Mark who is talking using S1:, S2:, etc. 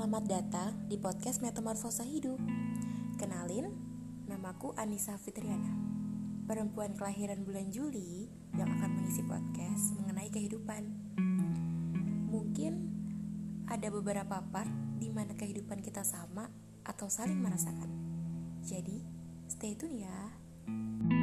S1: Selamat datang di podcast Metamorfosa Hidup. Kenalin, namaku Anissa Fitriana, perempuan kelahiran bulan Juli yang akan mengisi podcast mengenai kehidupan. Mungkin ada beberapa part di mana kehidupan kita sama atau saling merasakan. Jadi, stay tune ya.